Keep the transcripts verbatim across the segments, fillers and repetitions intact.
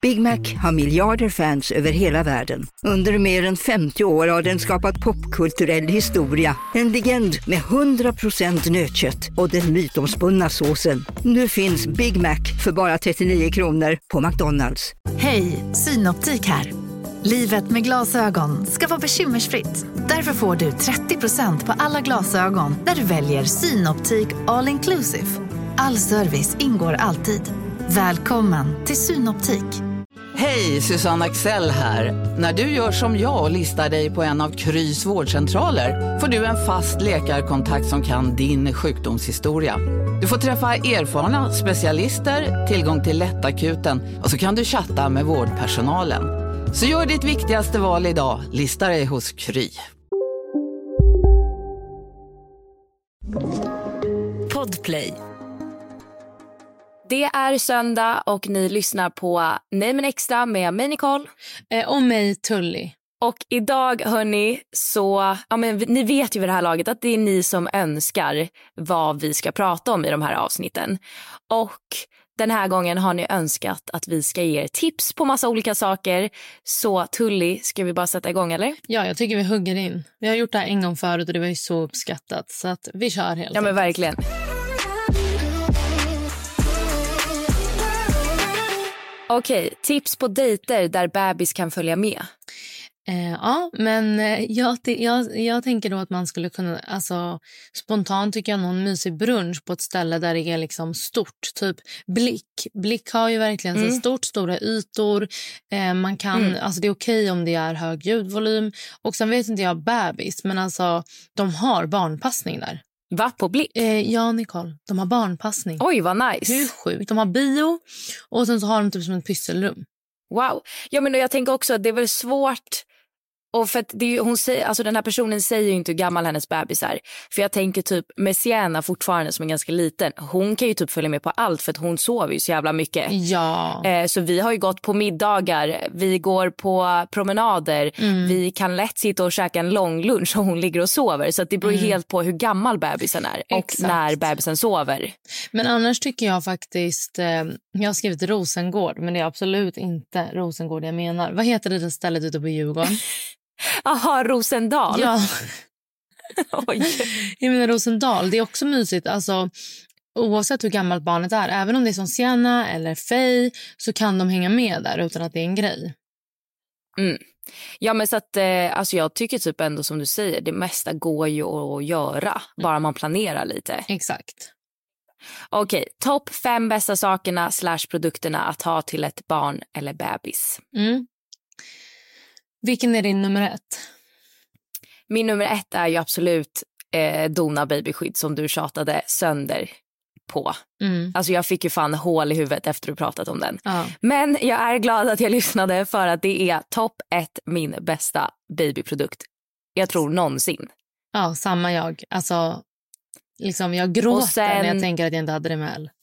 Big Mac har miljarder fans över hela världen. Under mer än femtio år har den skapat popkulturell historia. En legend med hundra procent nötkött och den mytomspunna såsen. Nu finns Big Mac för bara trettionio kronor på McDonald's. Hej, Synoptik här. Livet med glasögon ska vara bekymmersfritt. Därför får du trettio procent på alla glasögon när du väljer Synoptik All Inclusive. All service ingår alltid. Välkommen till Synoptik. Hej, Susanne Axel här. När du gör som jag och listar dig på en av Krys vårdcentraler får du en fast läkarkontakt som kan din sjukdomshistoria. Du får träffa erfarna specialister, tillgång till lättakuten och så kan du chatta med vårdpersonalen. Så gör ditt viktigaste val idag, lista dig hos Kry. Podplay. Det är söndag och ni lyssnar på Nej men extra med mig Nicole. Eh, och mig Tully. Och idag hörni så, ja men ni vet ju vid det här laget att det är ni som önskar vad vi ska prata om i de här avsnitten. Och den här gången har ni önskat att vi ska ge er tips på massa olika saker. Så Tully, ska vi bara sätta igång eller? Ja, jag tycker vi hugger in. Vi har gjort det här en gång förut och det var ju så uppskattat. Så att vi kör helt. Ja men verkligen. Okej, tips på dejter där bebis kan följa med. Eh, ja, men jag, jag, jag tänker då att man skulle kunna, alltså spontant tycker jag någon mysig brunch på ett ställe där det är liksom stort, typ Blick. Blick har ju verkligen mm. så stort, stora ytor. Eh, man kan, mm. alltså det är okej om det är hög ljudvolym. Och sen vet inte jag bebis, men alltså de har barnpassning där. Va, på Blick? Eh, ja, Nicole. De har barnpassning. Oj, vad nice. Hur sjukt. De har bio och sen så har de typ som ett pysselrum. Wow. Ja, men jag tänker också att det är väl svårt. Och för att det är, hon säger, alltså den här personen säger ju inte hur gammal hennes bebis är. För jag tänker typ med Sienna fortfarande som är ganska liten. Hon kan ju typ följa med på allt för att hon sover ju så jävla mycket. Ja. Eh, så vi har ju gått på middagar, vi går på promenader. Mm. Vi kan lätt sitta och käka en lång lunch och hon ligger och sover. Så att det beror ju mm. helt på hur gammal bebisen är och exakt. När bebisen sover. Men annars tycker jag faktiskt, eh, jag har skrivit Rosengård men det är absolut inte Rosengård jag menar. Vad heter det där stället ute på Djurgården? Aha, Rosendal. Ja. Oj. Jag menar Rosendal, det är också mysigt. Alltså, oavsett hur gammalt barnet är, även om det är som Sienna eller Faye, så kan de hänga med där utan att det är en grej. Mm. Ja, men så att eh, alltså jag tycker typ ändå som du säger, det mesta går ju att göra, bara man planerar lite. Exakt. Okej, topp fem bästa sakerna slash produkterna att ha till ett barn eller bebis. Mm. Vilken är din nummer ett? Min nummer ett är ju absolut eh, Dona babyskydd som du tjatade sönder på. Mm. Alltså jag fick ju fan hål i huvudet efter att du pratat om den. Ja. Men jag är glad att jag lyssnade för att det är topp ett min bästa babyprodukt. Jag tror någonsin. Ja, samma jag. Alltså, liksom jag gråter sen... när jag tänker att jag inte hade det med Elle.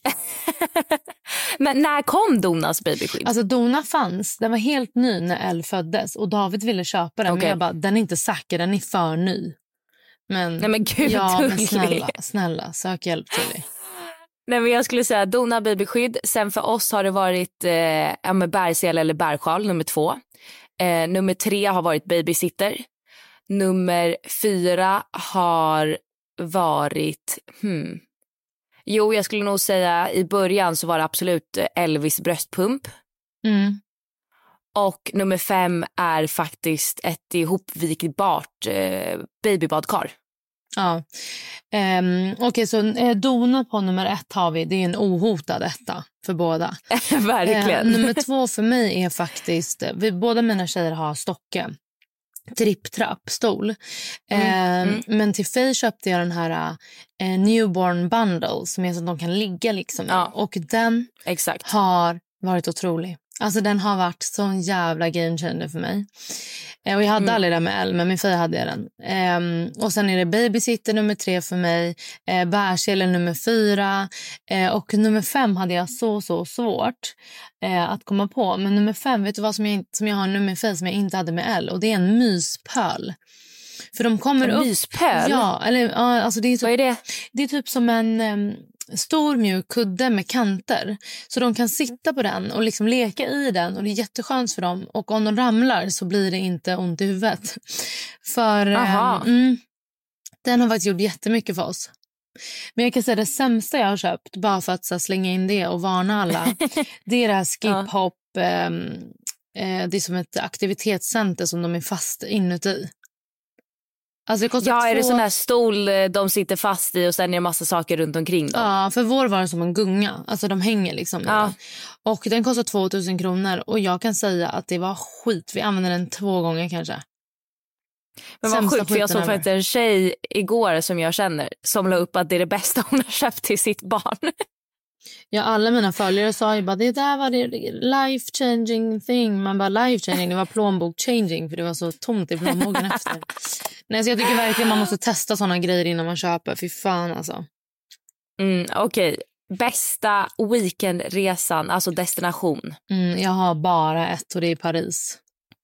Men när kom Donas babyskydd? Alltså Dona fanns, den var helt ny när Elle föddes och David ville köpa den. Okay. Men jag bara, den är inte säker, den är för ny. Men, nej men gud, ja, men snälla, snälla, sök hjälp till dig. Nej men jag skulle säga Dona babyskydd. Sen för oss har det varit eh, ja, med bärsel eller bärsjal, nummer två. Eh, nummer tre har varit babysitter. Nummer fyra har varit... Hmm, Jo, jag skulle nog säga i början så var det absolut Elvis bröstpump. Mm. Och nummer fem är faktiskt ett ihopvikbart eh, babybadkar. Ja, um, okej okay, så eh, Dona på nummer ett har vi, det är en ohotad etta för båda. Verkligen. Eh, nummer två för mig är faktiskt, vi, båda mina tjejer har Stocke. Tripp-trapp-stol. Mm, eh, mm. Men till Faye köpte jag den här eh, newborn bundle som är så att de kan ligga liksom. Ja. Och den exakt. Har varit otrolig. Alltså den har varit sån jävla game changer för mig. Eh, och jag hade mm. aldrig den med Elle, men min Faye hade jag den. Eh, och sen är det babysitter nummer tre för mig. Eh, bärselen nummer fyra. Eh, och nummer fem hade jag så, så svårt eh, att komma på. Men nummer fem, vet du vad som jag, som jag har nu med Faye som jag inte hade med Elle? Och det är en myspöl. För de kommer en upp... myspöl? Ja, eller ja, alltså det är typ, vad är det? Det är typ som en... Um, stor mjuk kudde med kanter. Så de kan sitta på den och liksom leka i den. Och det är jätteskönt för dem. Och om de ramlar så blir det inte ont i huvudet. För eh, mm, den har faktiskt gjort jättemycket för oss. Men jag kan säga det sämsta jag har köpt, bara för att så, slänga in det och varna alla. Det är det här skip hop. Eh, eh, det är som ett aktivitetscenter som de är fast inuti. Alltså det ja, två... är det sån här stol de sitter fast i och sen är det massa saker runt omkring dem? Ja, för vår var det som en gunga. Alltså de hänger liksom. Ja. Och den kostar tvåtusen kronor. Och jag kan säga att det var skit. Vi använde den två gånger kanske. Men vad sjukt, för jag såg faktiskt en tjej igår som jag känner som la upp att det är det bästa hon har köpt till sitt barn. Ja, alla mina följare sa ju bara, det där var det life changing thing. Man bara, life changing, det var plånbok changing, för det var så tomt i plånboken efter. Nej, så jag tycker verkligen man måste testa såna grejer innan man köper. Fy fan alltså. Mm, okej. Okay. Bästa weekendresan, alltså destination. Mm, jag har bara ett och det är Paris.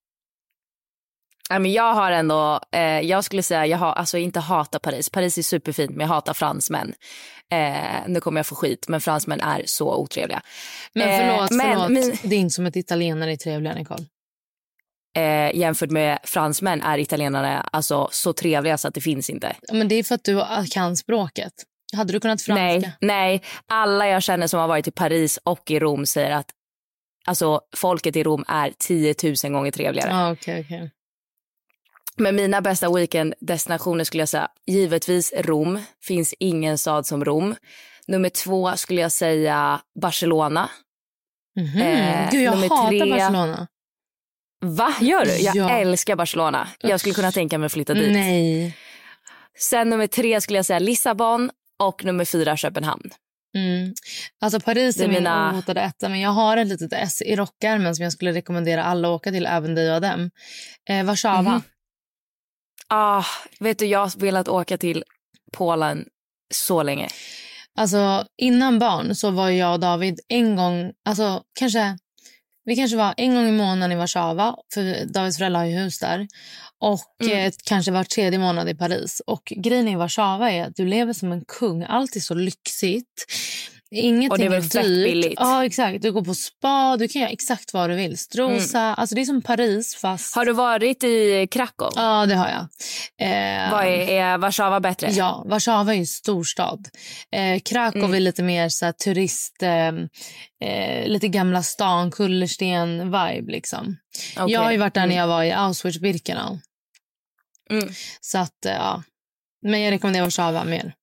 Ja, men jag har ändå, eh, jag skulle säga, jag har alltså inte hatar Paris. Paris är superfint, men jag hatar fransmän. Eh, nu kommer jag få skit, men fransmän är så otrevliga. Men förlåt, eh, men, förlåt. Men, det är inte som ett italienare är trevliga, Nicole. Eh, jämfört med fransmän är italienarna alltså så trevliga så att det finns inte. Men det är för att du kan språket. Hade du kunnat franska? Nej, nej, alla jag känner som har varit i Paris och i Rom säger att alltså folket i Rom är tiotusen gånger trevligare. Ah, okay, okay. Men mina bästa weekenddestinationer skulle jag säga givetvis Rom. Finns ingen stad som Rom. Nummer två skulle jag säga Barcelona. Mm-hmm. Eh, Gud, jag hatar tre... Barcelona. Va? Gör du? Jag ja. älskar Barcelona. Jag skulle kunna tänka mig att flytta dit. Nej. Sen nummer tre skulle jag säga Lissabon. Och nummer fyra Köpenhamn. Mm. Alltså Paris är, är min mina... ohotade etta. Men jag har ett litet S i rockärmen som jag skulle rekommendera alla att åka till. Även dig och dem. eh, Warszawa. Mm. Ah, vet du, jag har velat åka till Polen så länge. Alltså innan barn så var jag och David en gång, alltså kanske vi kanske var en gång i månaden i Warszawa, för Davids föräldrar har ju hus där. Och mm. eh, kanske var tredje månad i Paris. Och grejen i Warszawa är att du lever som en kung. Allt är så lyxigt. Ingenting och det är väl dyrt. fett billigt. Ja, exakt. Du går på spa, du kan göra exakt vad du vill. Strosa, mm. alltså det är som Paris fast... Har du varit i Krakow? Ja, det har jag. Eh, vad är, är Warszawa bättre? Ja, Warszawa är en storstad. Eh, Krakow mm. är lite mer så här, turist, eh, eh, lite gamla stan, kullersten-vibe liksom. Okay. Jag har ju varit där när jag var i Auschwitz-Birkenau. Mm. Så att, eh, ja. Men jag rekommenderar Warszawa mer.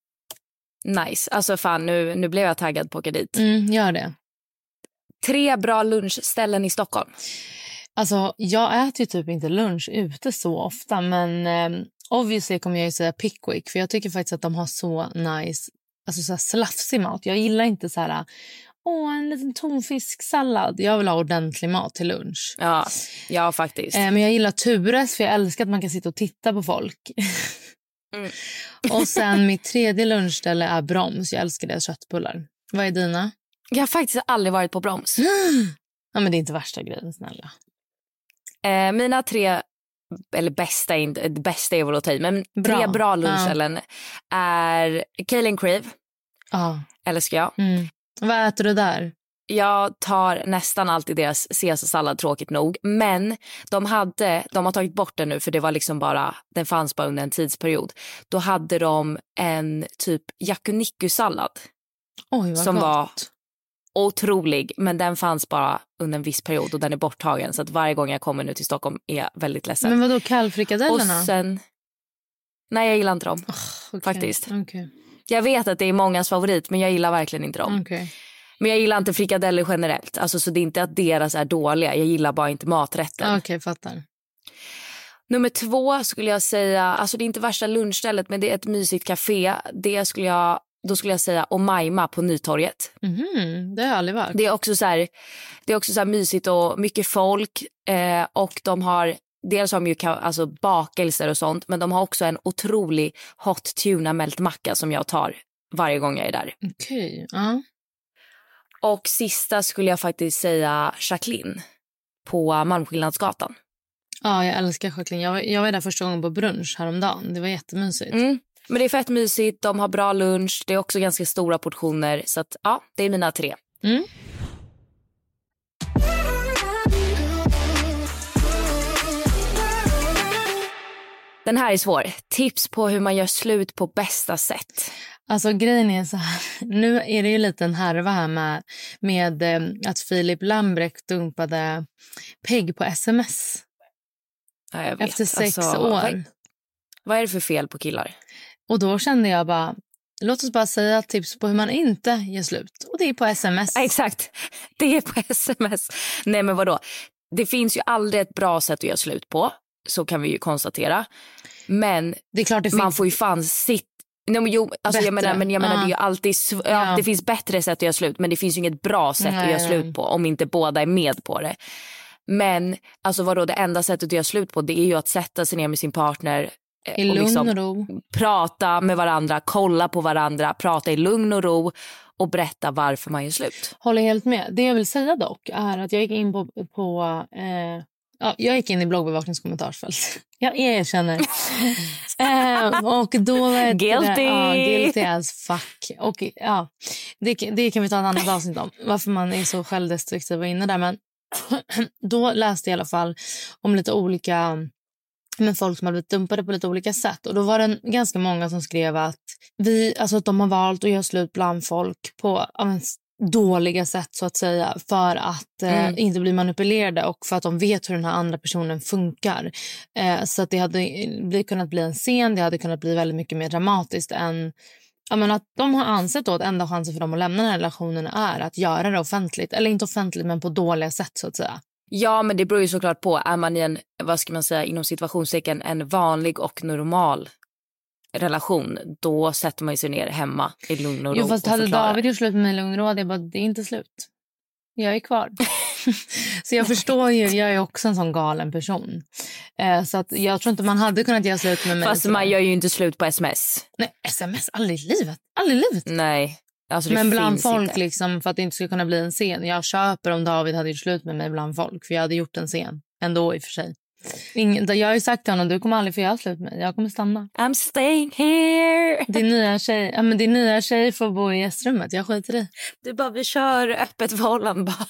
Nice. Alltså fan, nu, nu blev jag taggad på att åka dit. Mm, gör det. Tre bra lunchställen i Stockholm. Alltså, jag äter ju typ inte lunch ute så ofta. Men eh, obviously kommer jag ju säga Pickwick. För jag tycker faktiskt att de har så nice, alltså så här slafsig mat. Jag gillar inte så här, åh, en liten tonfisksallad. Jag vill ha ordentlig mat till lunch. Ja, ja faktiskt. Eh, men jag gillar Tures, för jag älskar att man kan sitta och titta på folk. Mm. Och sen mitt tredje lunchställe är Broms. Jag älskar deras köttbullar. Vad är dina? Jag har faktiskt aldrig varit på Broms. Ja, men det är inte värsta grejen, snälla. Eh, mina tre, eller bästa, inte, bästa är väl att ta i, men bra. tre bra lunchställen ja. är Kale and Crave. Ja. Älskar jag. Mm. Vad äter du där? Jag tar nästan alltid deras caesarsallad, tråkigt nog. Men de hade, de har tagit bort den nu för det var liksom bara, den fanns bara under en tidsperiod. Då hade de en typ yakuniku-sallad. Oj, vad som gott. Var otrolig, men den fanns bara under en viss period och den är borttagen. Så att varje gång jag kommer nu till Stockholm är jag väldigt ledsen. Men vadå, kallfrikadellerna? Och sen, nej jag gillar inte dem. Oh, okay. Faktiskt. Okay. Jag vet att det är mångas favorit, men jag gillar verkligen inte dem. Okay. Men jag gillar inte frikadeller generellt. Alltså, så det är inte att deras är dåliga. Jag gillar bara inte maträtten. Okej, okay, fattar. Nummer två skulle jag säga, alltså det är inte värsta lunchstället, men det är ett mysigt café. Det skulle jag, då skulle jag säga Omaima på Nytorget. Mm, det har jag aldrig varit. Det är också så här, det är också så här mysigt och mycket folk. Eh, och de har, dels har de ju alltså bakelser och sånt, men de har också en otrolig hot tuna mältmacka som jag tar varje gång jag är där. Okej, okay, ja. Uh. Och sista skulle jag faktiskt säga Jacqueline på Malmskillnadsgatan. Ja, jag älskar Jacqueline. Jag var, jag var där första gången på brunch häromdagen. Det var jättemysigt. Mm. Men det är fett mysigt, de har bra lunch, det är också ganska stora portioner. Så att, ja, det är mina tre. Mm. Den här är svår. Tips på hur man gör slut på bästa sätt. Alltså grejen är så här, nu är det ju lite en härva här med, med eh, att Filip Lambrecht dumpade Peg på sms. Ja, jag vet. Efter sex alltså, år. Vad, vad är det för fel på killar? Och då kände jag bara, låt oss bara säga tips på hur man inte gör slut. Och det är på sms. Ja, exakt, det är på sms. Nej men vadå? Det finns ju aldrig ett bra sätt att göra slut på. Så kan vi ju konstatera. Men det är klart det man finns... får ju fan sitt... Nej, men jo, alltså jag menar, men jag menar uh. det är ju alltid sv- ja. Ja, det finns bättre sätt att göra slut, men det finns ju inget bra sätt nej, att göra slut på om inte båda är med på det. Men alltså vadå, det enda sättet att göra slut på, det är ju att sätta sig ner med sin partner i lugn och, liksom och ro. Prata med varandra, kolla på varandra, prata i lugn och ro och berätta varför man gör slut. Håller helt med. Det jag vill säga dock är att jag gick in på, på eh, ja, jag gick in i bloggbevakningskommentarsfält. Jag erkänner. eh, och då guilty. Det, ja, guilty as fuck. Och ja, det, det kan vi ta ett annat avsnitt om. Varför man är så självdestruktiv inne där. Men då läste jag i alla fall om lite olika, men folk som har blivit dumpade på lite olika sätt. Och då var det ganska många som skrev att vi, alltså att de har valt att göra slut bland folk på ja, men, dåliga sätt så att säga, för att eh, mm. inte bli manipulerade och för att de vet hur den här andra personen funkar. Eh, så att det hade bli, kunnat bli en scen, det hade kunnat bli väldigt mycket mer dramatiskt än ja, men att de har ansett då att enda chansen för dem att lämna den här relationen är att göra det offentligt. Eller inte offentligt, men på dåliga sätt så att säga. Ja, men det beror ju såklart på. Är man i en, vad ska man säga, inom situationstecken en vanlig och normal relation, då sätter man ju sig ner hemma i lugn och ro. Jo, fast hade David gjort slut med mig i lugn och ro, hade jag bara, det är inte slut. Jag är kvar. Så jag förstår ju, jag är också en sån galen person. Eh, så att jag tror inte man hade kunnat göra slut med mig. Fast man gör ju inte slut på sms. Nej, sms, aldrig i livet. Aldrig i livet. Nej. Alltså men bland folk inte. Liksom, för att det inte ska kunna bli en scen. Jag köper om David hade gjort slut med mig bland folk. För jag hade gjort en scen. Ändå i och för sig. Ingen, jag har ju sagt till honom, du kommer aldrig få göra slut med mig. Jag kommer stanna. I'm staying here. Din nya tjej, ja, men din nya tjej får bo i gästrummet. Jag skiter i. Du bara, vi kör öppet förhållande bara.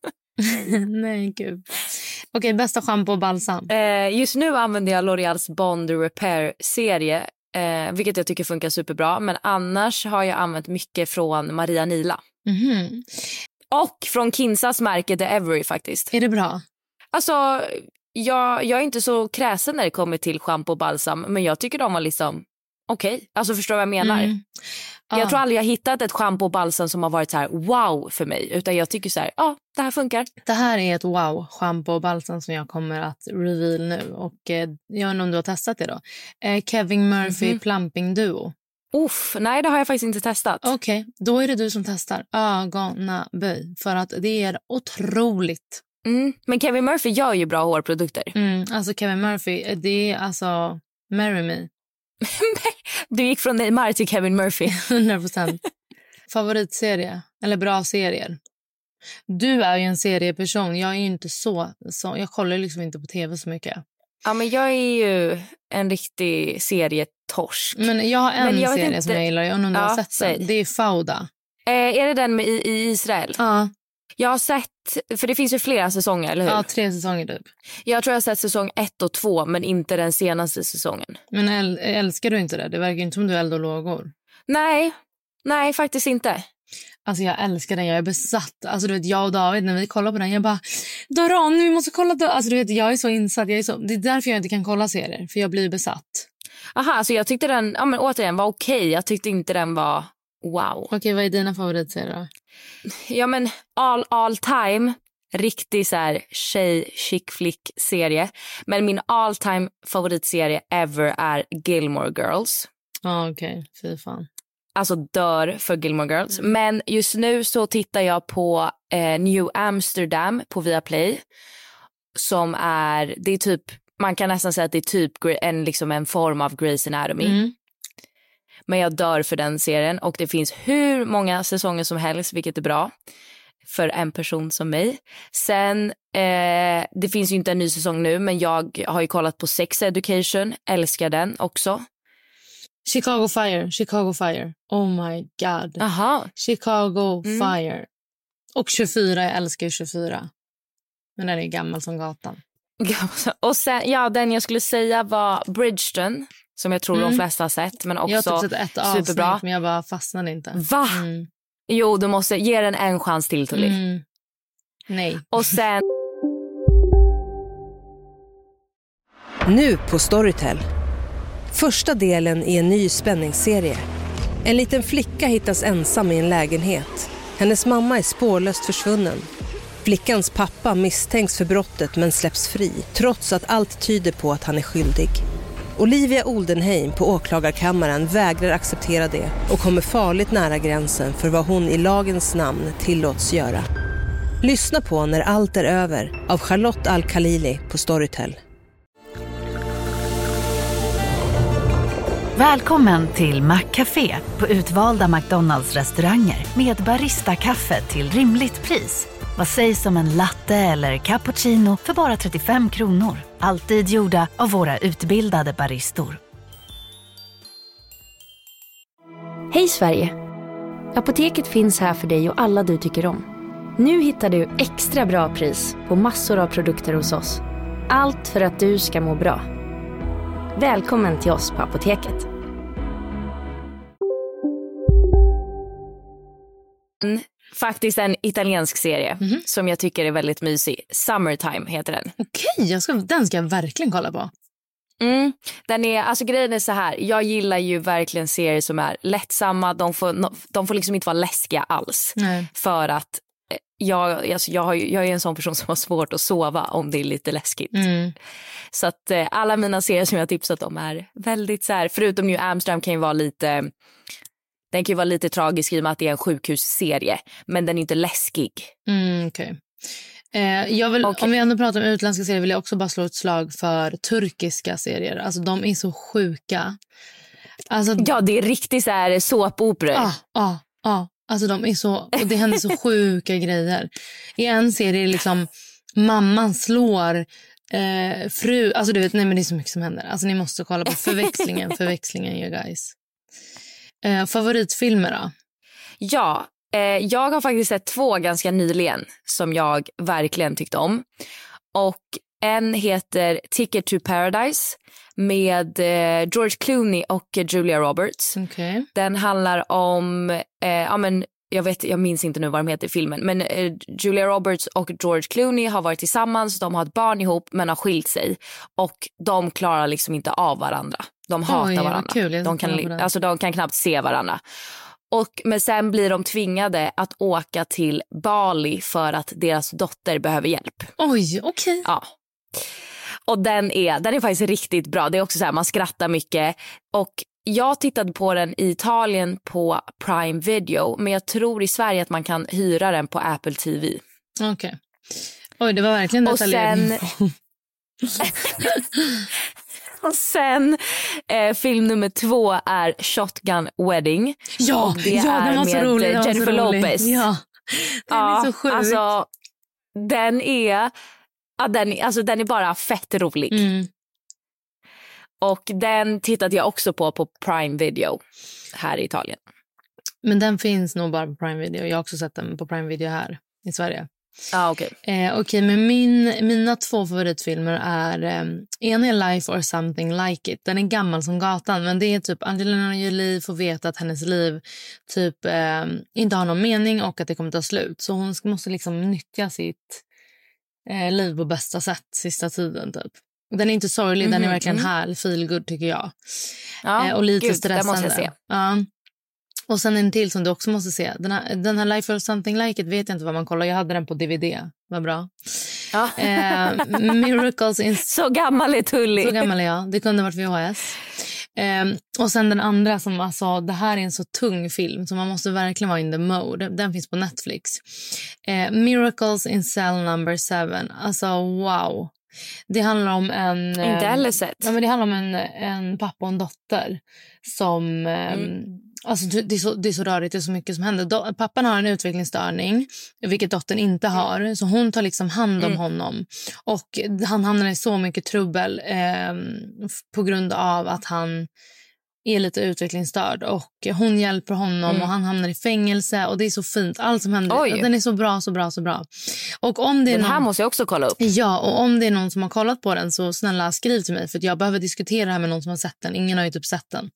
Nej, gud. Okej, bästa shampoo och balsam. Eh, just nu använder jag L'Oreals Bond Repair-serie. Eh, vilket jag tycker funkar superbra. Men annars har jag använt mycket från Maria Nila. Mm-hmm. Och från Kinsas märke The Every faktiskt. Är det bra? Alltså, jag, jag är inte så kräsen när det kommer till shampoo och balsam. Men jag tycker de var liksom okej. Okay. Alltså förstår vad jag menar? Mm. Ah. Jag tror aldrig jag hittat ett shampoo och balsam som har varit så här wow för mig. Utan jag tycker så här, ja, ah, det här funkar. Det här är ett wow, shampoo och balsam som jag kommer att reveal nu. Och eh, jag vet inte om du har testat det då. Eh, Kevin Murphy mm-hmm. Plumping Duo. Uff, nej det har jag faktiskt inte testat. Okej, okay, då är det du som testar. Ögonaböj. För att det är otroligt. Mm. Men Kevin Murphy gör ju bra hårprodukter. Mm, alltså Kevin Murphy, det är alltså marry me. Du gick från Neymar till Kevin Murphy. hundra procent. Favoritserie, eller bra serier. Du är ju en serieperson. Jag är ju inte så, så jag kollar liksom inte på tv så mycket. Ja, men jag är ju en riktig serietorsk. Men jag har en men jag serie inte... som jag gillar. Jag undrar om du har sett säg. den. Det är Fauda. Eh, är det den med i, i Israel? Ja. Jag har sett, för det finns ju flera säsonger, eller hur? Ja, tre säsonger typ. Jag tror jag har sett säsong ett och två, men inte den senaste säsongen. Men äl- älskar du inte det? Det verkar inte som du eldar lågor. Nej, nej faktiskt inte. Alltså jag älskar den, jag är besatt. Alltså du vet, jag och David, när vi kollar på den, jag bara, Doran, vi måste kolla. Då. Alltså du vet, jag är så insatt. Jag är så... Det är därför jag inte kan kolla serier, för jag blir besatt. Aha, alltså jag tyckte den, ja men återigen, var okej. Okay. Jag tyckte inte den var wow. Okej, okay, vad är dina favoritserier då? Ja men all, all time, riktig så här tjej chick flick serie. Men min all time favoritserie ever är Gilmore Girls. Ja ah, okej, okay. Fy fan. Alltså dör för Gilmore Girls. Mm. Men just nu så tittar jag på eh, New Amsterdam på Viaplay. Som är, det är typ, man kan nästan säga att det är typ en, liksom en form av Grey's Anatomy. Mm. Men jag dör för den serien. Och det finns hur många säsonger som helst, vilket är bra för en person som mig. Sen, eh, det finns ju inte en ny säsong nu, men jag har ju kollat på Sex Education. Älskar den också. Chicago Fire, Chicago Fire. Oh my god. Aha. Chicago Mm. Fire. Och tjugofyra, jag älskar ju tjugofyra. Men den är gammal som gatan. Och sen, ja, den jag skulle säga var Bridgerton, som jag tror mm. de flesta har sett, men också jag har typ sett ett avsnitt, superbra. Men jag bara fastnade inte. Va? Mm. Jo, du måste ge den en chans till, Tully. Mm. Nej. Och sen... Nu på Storytel. Första delen i en ny spänningsserie. En liten flicka hittas ensam i en lägenhet. Hennes mamma är spårlöst försvunnen. Flickans pappa misstänks för brottet men släpps fri, trots att allt tyder på att han är skyldig. Olivia Oldenheim på åklagarkammaren vägrar acceptera det och kommer farligt nära gränsen för vad hon i lagens namn tillåts göra. Lyssna på När allt är över av Charlotte Al-Khalili på Storytel. Välkommen till Maccafé på utvalda McDonalds-restauranger med Barista-kaffe till rimligt pris. Vad sägs om en latte eller cappuccino för bara trettiofem kronor? Alltid gjorda av våra utbildade baristor. Hej Sverige! Apoteket finns här för dig och alla du tycker om. Nu hittar du extra bra pris på massor av produkter hos oss. Allt för att du ska må bra. Välkommen till oss på Apoteket. Faktiskt en italiensk serie Mm-hmm. som jag tycker är väldigt mysig. Summertime heter den. Okej, jag ska, den ska jag verkligen kolla på. Mm, den är, alltså grejen är så här, jag gillar ju verkligen serier som är lättsamma. De får, de får liksom inte vara läskiga alls. Nej. För att jag, alltså jag, har, jag är en sån person som har svårt att sova om det är lite läskigt. Mm. Så att eh, alla mina serier som jag har tipsat om är väldigt så här, förutom New Amsterdam kan ju vara lite, den kan ju vara lite tragisk i och med att det är en sjukhusserie, men den är inte läskig. Mm, okej. Okay. Eh, jag vill, okay. Om vi ändå pratar om utländska serier vill jag också bara slå ett slag för turkiska serier. Alltså de är så sjuka. Alltså, ja, det är riktigt så här såpoperor. Ja, ja, ja. Alltså de är så, och det händer så sjuka grejer. I en serie är det liksom mamman slår eh, fru, alltså du vet, nej men det är så mycket som händer. Alltså ni måste kolla på förväxlingen, förväxlingen you guys. Eh, favoritfilmer då? Ja, eh, jag har faktiskt sett två ganska nyligen som jag verkligen tyckte om. Och en heter Ticket to Paradise med eh, George Clooney och Julia Roberts. Okay. Den handlar om, eh, ja men jag vet, jag minns inte nu vad de heter i filmen, men eh, Julia Roberts och George Clooney har varit tillsammans, de har ett barn ihop men har skilt sig och de klarar liksom inte av varandra. De hatar Oj, varandra. Kul, de kan, alltså de kan knappt se varandra. Och, men sen blir de tvingade att åka till Bali för att deras dotter behöver hjälp. Oj, okej. Okay. Ja. Och den är, den är faktiskt riktigt bra. Det är också så här, man skrattar mycket. Och jag tittade på den i Italien på Prime Video. Men jag tror i Sverige att man kan hyra den på Apple T V. Okej. Okay. Oj, det var verkligen detaljerat. Och sen... Och sen eh, film nummer två är Shotgun Wedding. Ja, och det ja är den var så med rolig. Den Jennifer var så rolig. Lopez. Ja, den ja, är så sjuk. Alltså, den är, ja, den, alltså, den är bara fett rolig. Mm. Och den tittade jag också på på Prime Video här i Italien. Men den finns nog bara på Prime Video. Jag har också sett den på Prime Video här i Sverige. Ah, okej. Eh, Okej, okay, men min, mina två favoritfilmer är eh, en är Life or Something Like It. Den är gammal som gatan, men det är typ Angelina Jolie får veta att hennes liv typ eh, inte har någon mening och att det kommer ta slut. Så hon måste liksom nyttja sitt eh, liv på bästa sätt sista tiden typ. Den är inte sorglig, mm-hmm. den är verkligen mm. här, feel good tycker jag. Ja, eh, och lite gud, stressande. Det måste jag se. Ja. Och sen en till som du också måste se. Den här, den här Life or Something Like It vet jag inte vad man kollar. Jag hade den på D V D. Vad bra. Ja. Eh, Miracles in... Så gammal är Tully. Så gammal är jag. Det kunde ha varit V H S. Eh, och sen den andra som alltså, det här är en så tung film så man måste verkligen vara in the mode. Den finns på Netflix. Eh, Miracles in Cell number seven. Alltså wow. Det handlar om en... Inte heller sett. Ja, men det handlar om en, en pappa och en dotter som... Mm. Alltså, det, är så, det är så rörigt, det är så mycket som händer. Do, pappan har en utvecklingsstörning, vilket dottern inte har. Så hon tar liksom hand om mm. honom. Och han hamnar i så mycket trubbel eh, på grund av att han är lite utvecklingsstörd och hon hjälper honom mm. och han hamnar i fängelse och det är så fint. Allt som händer, Oj. den är så bra, så bra, så bra. Och om det är den här någon... måste jag också kolla upp. Ja, och om det är någon som har kollat på den så snälla skriv till mig för att jag behöver diskutera det här med någon som har sett den. Ingen har ju typ sett den.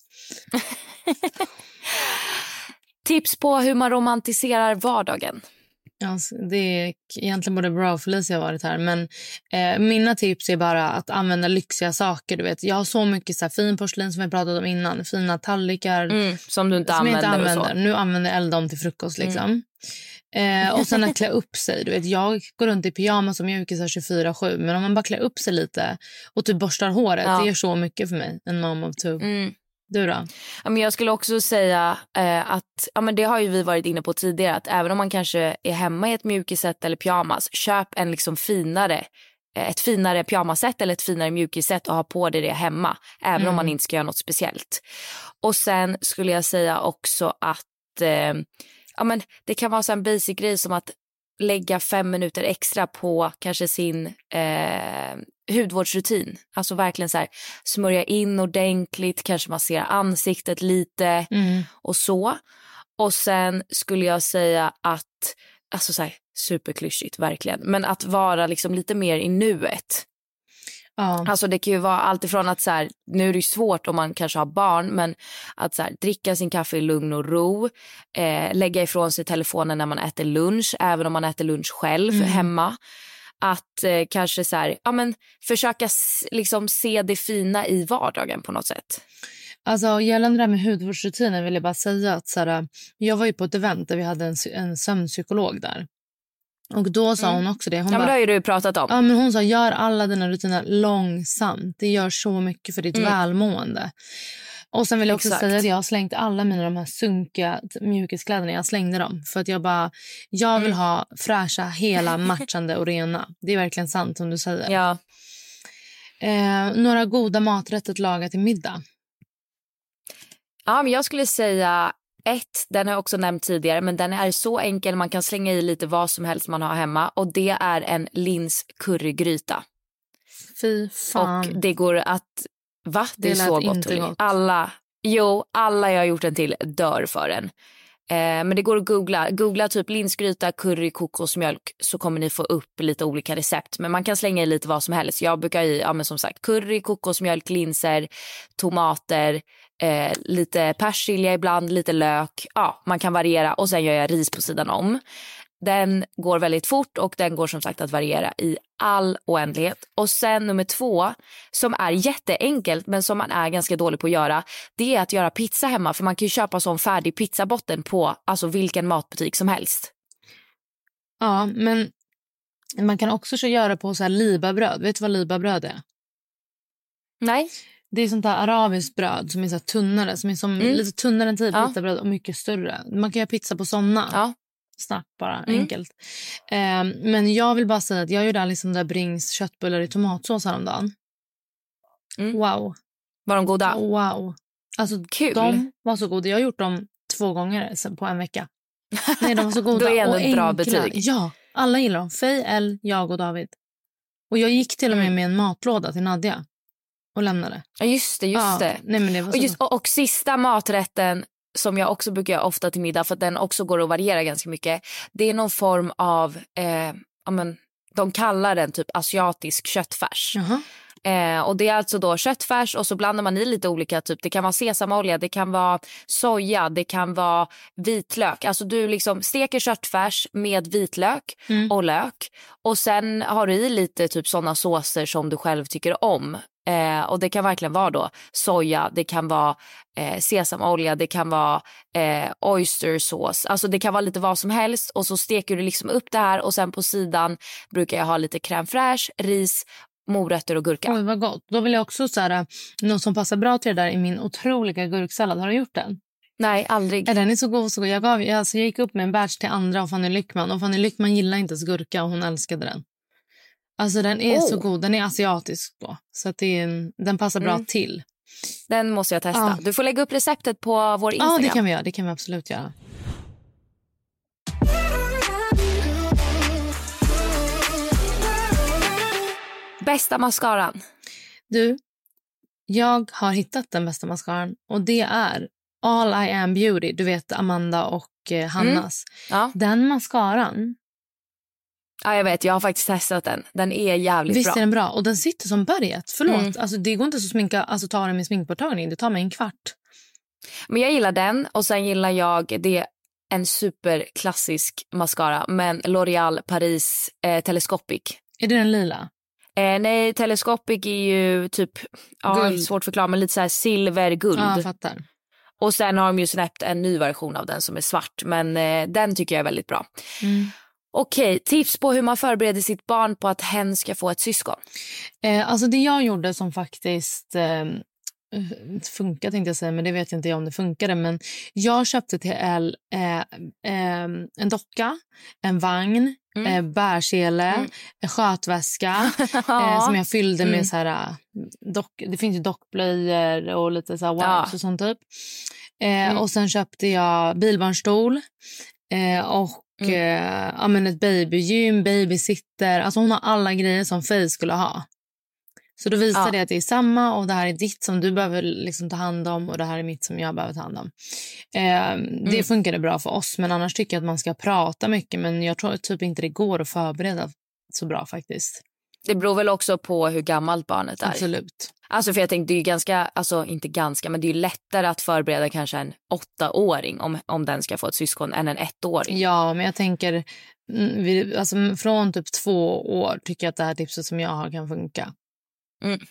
Tips på hur man romantiserar vardagen. Alltså, det är egentligen både bra och Felicia har varit här. Men eh, mina tips är bara att använda lyxiga saker. Du vet, jag har så mycket så här, fin porslin som vi pratat om innan. Fina tallrikar. Mm, som du inte som använder, inte använder. Och så. Nu använder jag eld dem till frukost liksom. Mm. Eh, och sen att klä upp sig. Du vet, jag går runt i pyjamas och mjukisar tjugofyra sju. Men om man bara klär upp sig lite och typ borstar håret. Ja. Det gör så mycket för mig. En mom of two. Mm. Du då? Ja, men jag skulle också säga eh, att ja, men det har ju vi varit inne på tidigare. Att även om man kanske är hemma i ett mjukiset eller pyjamas. Köp en liksom finare, eh, ett finare pyjamaset eller ett finare mjukiset och ha på det, det hemma. Även mm. om man inte ska göra något speciellt. Och sen skulle jag säga också att eh, ja, men det kan vara så en basic grej som att lägga fem minuter extra på kanske sin eh, hudvårdsrutin. Alltså verkligen så här smörja in ordentligt, kanske massera ansiktet lite mm. och så. Och sen skulle jag säga att, alltså så här superklyschigt verkligen, men att vara liksom lite mer i nuet. Ja. Alltså det kan ju vara allt ifrån att så här, nu är det ju svårt om man kanske har barn, men att så här, dricka sin kaffe i lugn och ro, eh, lägga ifrån sig telefonen när man äter lunch, även om man äter lunch själv mm. hemma. Att eh, kanske så här, ja men försöka s- liksom se det fina i vardagen på något sätt. Alltså gällande det här med hudvårdsrutinen vill jag bara säga att så här, jag var ju på ett event där vi hade en, en sömnpsykolog där. Och då sa hon också det. Hon ja, bara, men det har ju du pratat om. Ja, men hon sa, gör alla dina rutiner långsamt. Det gör så mycket för ditt mm. välmående. Och sen vill jag också Exakt. säga att jag har slängt alla mina de här sunkiga mjukiskläderna. Jag slängde dem. För att jag bara, jag vill mm. ha fräscha, hela, matchande och rena. Det är verkligen sant som du säger. Ja. Eh, några goda maträtter att laga till middag. Ja, men jag skulle säga... Ett, den har jag också nämnt tidigare, men den är så enkel, man kan slänga i lite vad som helst man har hemma, och det är en lins currygryta. Fy fan. Och det går att, va? Det, det är så gott, gott. Alla, jo, alla jag har gjort den till dör för den. Eh, men det går att googla, googla typ linsgryta, curry, kokosmjölk, så kommer ni få upp lite olika recept. Men man kan slänga i lite vad som helst. Jag brukar i, ja men som sagt, curry, kokosmjölk, linser, tomater, Eh, lite persilja ibland, lite lök. Ja, man kan variera, och sen gör jag ris på sidan om. Den går väldigt fort och den går som sagt att variera i all oändlighet. Och sen nummer två, som är jätteenkelt men som man är ganska dålig på att göra, det är att göra pizza hemma. För man kan ju köpa sån färdig pizzabotten på alltså vilken matbutik som helst. Ja, men man kan också göra på så här libabröd. Vet du vad libabröd är? Nej. Det är sånt där arabiskt bröd som är så här tunnare, som är som mm. lite tunnare än tid ja. pizzabröd och mycket större. Man kan göra pizza på såna. Ja. Snabbt bara, mm. enkelt. Eh, men jag vill bara säga att jag gjorde liksom där Brings köttbullar i tomatsås häromdagen. Mm. Wow. Var de goda? Wow. Alltså Kul. De var så goda. Jag har gjort dem två gånger på en vecka. Nej, de var så goda. Då är det och ett bra enkla. betyg. Ja, alla gillar dem. Fej, El, jag och David. Och jag gick till och med med en matlåda till Nadja och lämnade. Ja, just det, just ja, det. Nej, men det var så och, just, och, och sista maträtten som jag också brukar göra ofta till middag, för att den också går att variera ganska mycket. Det är någon form av, eh, ja, men, de kallar den typ asiatisk köttfärs. Uh-huh. Eh, och det är alltså då köttfärs, och så blandar man i lite olika typ. Det kan vara sesamolja, det kan vara soja, det kan vara vitlök. Alltså du liksom steker köttfärs med vitlök mm. och lök. Och sen har du i lite typ sådana såser som du själv tycker om. Eh, och det kan verkligen vara då soja, det kan vara eh, sesamolja, det kan vara eh, oystersås. Alltså det kan vara lite vad som helst. Och så steker du liksom upp det här, och sen på sidan brukar jag ha lite crème fraîche, ris, morötter och gurka. Oj, vad gott. Då vill jag också säga något som passar bra till det där i min otroliga gurksallad. Har du gjort den? Nej, aldrig. Ja, den är så god, så god. Jag, gav, alltså, jag gick upp med en batch till andra och Fanny Lyckman. Och Fanny Lyckman gillar inte ens gurka, och hon älskade den. Alltså den är oh. så god. Den är asiatisk då. Så att det är en, den passar bra mm. till. Den måste jag testa. Ja. Du får lägga upp receptet på vår Instagram. Ja, det kan vi göra. Det kan vi absolut göra. Bästa mascaran? Du, Jag har hittat den bästa mascaran och det är All I Am Beauty. Du vet Amanda och eh, Hannas. Mm. Ja. Den mascaran. Ja, jag vet. Jag har faktiskt testat den. Den är jävligt Visst bra. Visst är den bra. Och den sitter som berget. Förlåt. Mm. Alltså, det går inte så sminka, alltså, ta den med sminkborttagning. Det tar mig en kvart. Men jag gillar den. Och sen gillar jag det en superklassisk mascara. Men L'Oreal Paris eh, Telescopic. Är det den lila? Eh, nej, Telescopic är ju typ... Ja, Guld. svårt att förklara. Men lite så här silverguld. Ja, jag fattar. Och sen har de ju släppt en ny version av den som är svart. Men eh, den tycker jag är väldigt bra. Mm. Okej, tips på hur man förbereder sitt barn på att hen ska få ett syskon. Eh, alltså det jag gjorde som faktiskt eh, funkar tänkte jag säga, men det vet jag inte om det funkade. Men jag köpte till El eh, eh, en docka, en vagn, mm. eh, bärsele, mm. en skötväska eh, som jag fyllde med mm. så här, dock, det finns ju dockblöjor och lite så här wipes ja. och sånt typ. Eh, mm. Och sen köpte jag bilbarnstol eh, och Mm. Eh, ja, men ett babygym, babysitter. Alltså hon har alla grejer som Faye skulle ha. Så då visar ja. det att det är samma. Och det här är ditt som du behöver liksom ta hand om. Och det här är mitt som jag behöver ta hand om. eh, mm. Det funkade bra för oss. Men annars tycker jag att man ska prata mycket. Men jag tror typ inte det går att förbereda så bra faktiskt. Det beror väl också på hur gammalt barnet är. Absolut. Alltså för jag tänkte det är ju ganska, alltså inte ganska, men det är ju lättare att förbereda kanske en åttaåring om, om den ska få ett syskon än en ettåring. Ja, men jag tänker alltså, från typ två år tycker jag att det här tipset som jag har kan funka. Mm.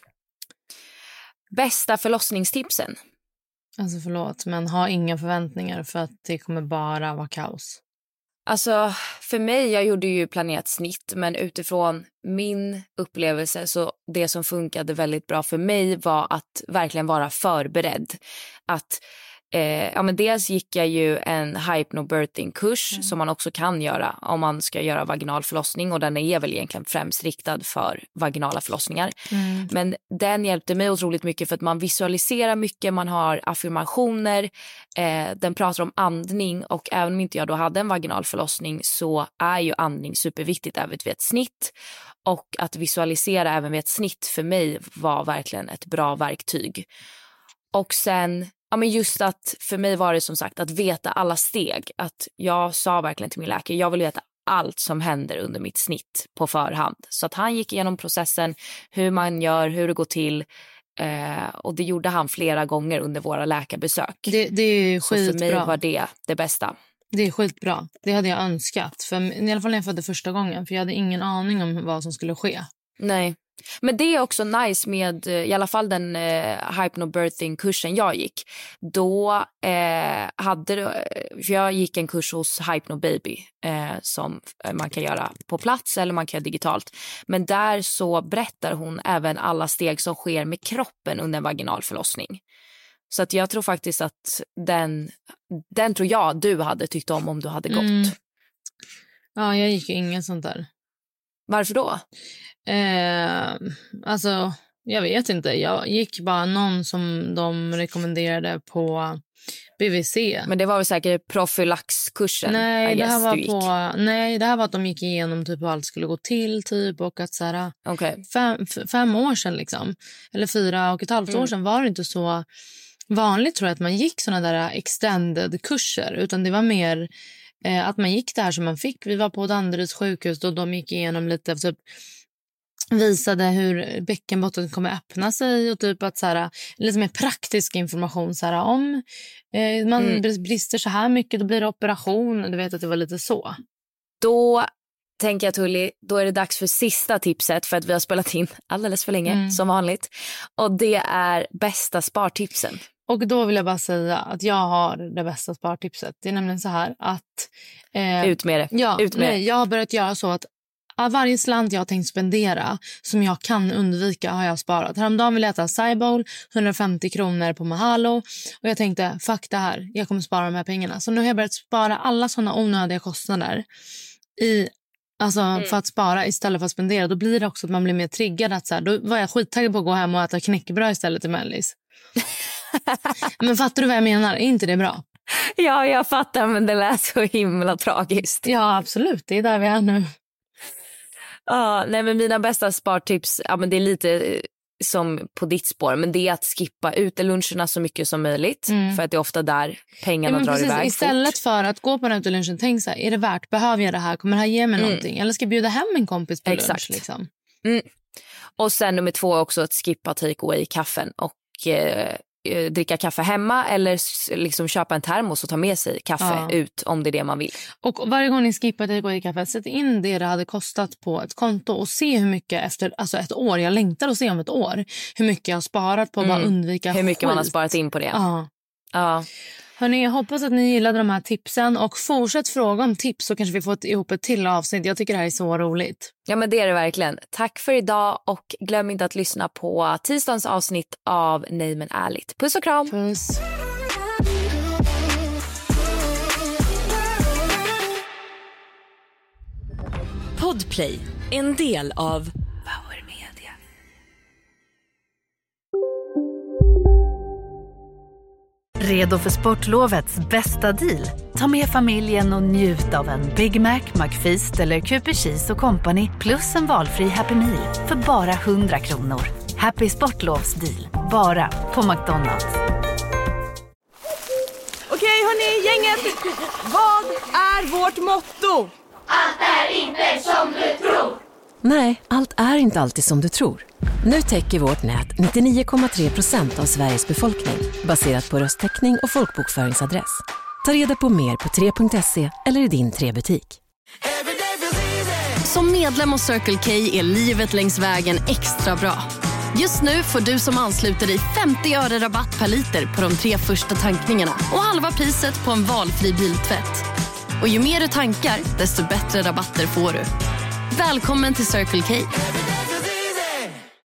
Bästa förlossningstipsen? Alltså förlåt, men ha inga förväntningar för att det kommer bara vara kaos. Alltså för mig, jag gjorde ju planerat snitt, men utifrån min upplevelse så det som funkade väldigt bra för mig var att verkligen vara förberedd. Att eh, ja men dels gick jag ju en hypnobirthing-kurs mm. som man också kan göra om man ska göra vaginal förlossning, och den är väl egentligen främst riktad för vaginala förlossningar. Mm. Men den hjälpte mig otroligt mycket för att man visualiserar mycket, man har affirmationer, eh, den pratar om andning, och även om inte jag då hade en vaginal förlossning så är ju andning superviktigt även vid ett snitt, och att visualisera även vid ett snitt för mig var verkligen ett bra verktyg. Och sen ja, men just att för mig var det som sagt att veta alla steg. Att jag sa verkligen till min läkare, jag vill veta allt som händer under mitt snitt på förhand. Så att han gick igenom processen, hur man gör, hur det går till. Eh, och det gjorde han flera gånger under våra läkarbesök. Det, det är så skitbra. för mig var det det bästa. Det är skitbra. Det hade jag önskat. För, i alla fall när jag födde första gången. För jag hade ingen aning om vad som skulle ske. Nej. Men det är också nice med i alla fall den eh, hypnobirthing-kursen jag gick. Då eh, hade för jag gick en kurs hos Hypnobaby eh, som man kan göra på plats eller man kan göra digitalt. Men där så berättar hon även alla steg som sker med kroppen under en vaginal förlossning. Så att jag tror faktiskt att den, den tror jag du hade tyckt om om du hade gått. Mm. Ja, jag gick ju ingen sånt där. Varför då? Eh, alltså, jag vet inte. Jag gick bara någon som de rekommenderade på B V C. Men det var väl säkert profylaxkursen? Nej, det här var på, nej, det här var att de gick igenom typ hur allt skulle gå till typ, och att så här, okay. fem, fem år sedan liksom, eller fyra och ett halvt mm. år sedan var det inte så vanligt tror jag att man gick såna där extended kurser, utan det var mer eh, att man gick det här som man fick. Vi var på Danderyds sjukhus och de gick igenom lite typ visade hur bäckenbotten kommer öppna sig och typ att så här, lite mer praktisk information så här, om eh, man mm. brister så här mycket då blir det operation. Du vet att det var lite så. Då tänker jag Tully, då är det dags för sista tipset för att vi har spelat in alldeles för länge mm. som vanligt. Och det är bästa spartipsen. Och då vill jag bara säga att jag har det bästa spartipset. Det är nämligen så här att eh, ut med det. Ja, Ut med nej, jag har börjat göra så att av varje slant jag har tänkt spendera som jag kan undvika har jag sparat. Häromdagen vill jag äta Cybowl, hundrafemtio kronor på Mahalo. Och jag tänkte, fuck det här, jag kommer spara de här pengarna. Så nu har jag börjat spara alla sådana onödiga kostnader i, alltså, mm. för att spara istället för att spendera. Då blir det också att man blir mer triggad. Att så här, då var jag skittaggad på att gå hem och äta knäckebröd istället till Mellis. Men fattar du vad jag menar? Är inte det bra? Ja, jag fattar, men det lät så himla tragiskt. Ja, absolut. Det är där vi är nu. Ja, nej men mina bästa spartips, ja men det är lite som på ditt spår, men det är att skippa uteluncherna så mycket som möjligt. Mm. För att det är ofta där pengarna ja, drar precis, iväg. Istället fort. för att gå på den utelunchen, tänk så här, är det värt, behöver jag det här, kommer det här ge mig mm. någonting? Eller ska jag bjuda hem en kompis på Exakt. lunch? Liksom? Mm. Och sen nummer två också att skippa take-away-kaffen och eh, dricka kaffe hemma eller liksom köpa en termos och ta med sig kaffe ja. ut om det är det man vill. Och varje gång ni skippar take-away-kaffe, sätt in det det hade kostat på ett konto och se hur mycket efter alltså ett år, jag längtar att se om ett år, hur mycket jag har sparat på att mm. bara undvika hur mycket skit. Man har sparat in på det. Ja. Ja. Hörrni, jag hoppas att ni gillade de här tipsen och fortsätt fråga om tips så kanske vi får ihop ett till avsnitt. Jag tycker det här är så roligt. Ja, men det är det verkligen. Tack för idag och glöm inte att lyssna på tisdagens avsnitt av Nej men ärligt. Puss och kram! Puss! Podplay, en del av Power Media. Redo för sportlovets bästa deal? Ta med familjen och njut av en Big Mac, McFeast eller Cooper Cheese och Company plus en valfri Happy Meal för bara hundra kronor. Happy Sportlovs deal, bara på McDonalds. Okej hörni, gänget, vad är vårt motto? Allt är inte som du tror. Nej, allt är inte alltid som du tror. Nu täcker vårt nät nittionio komma tre procent av Sveriges befolkning baserat på röstteckning och folkbokföringsadress. Ta reda på mer på tre punkt se eller i din tre-butik. Som medlem hos Circle K är livet längs vägen extra bra. Just nu får du som ansluter dig femtio öre rabatt per liter på de tre första tankningarna och halva priset på en valfri biltvätt. Och ju mer du tankar, desto bättre rabatter får du. Välkommen till Circle K.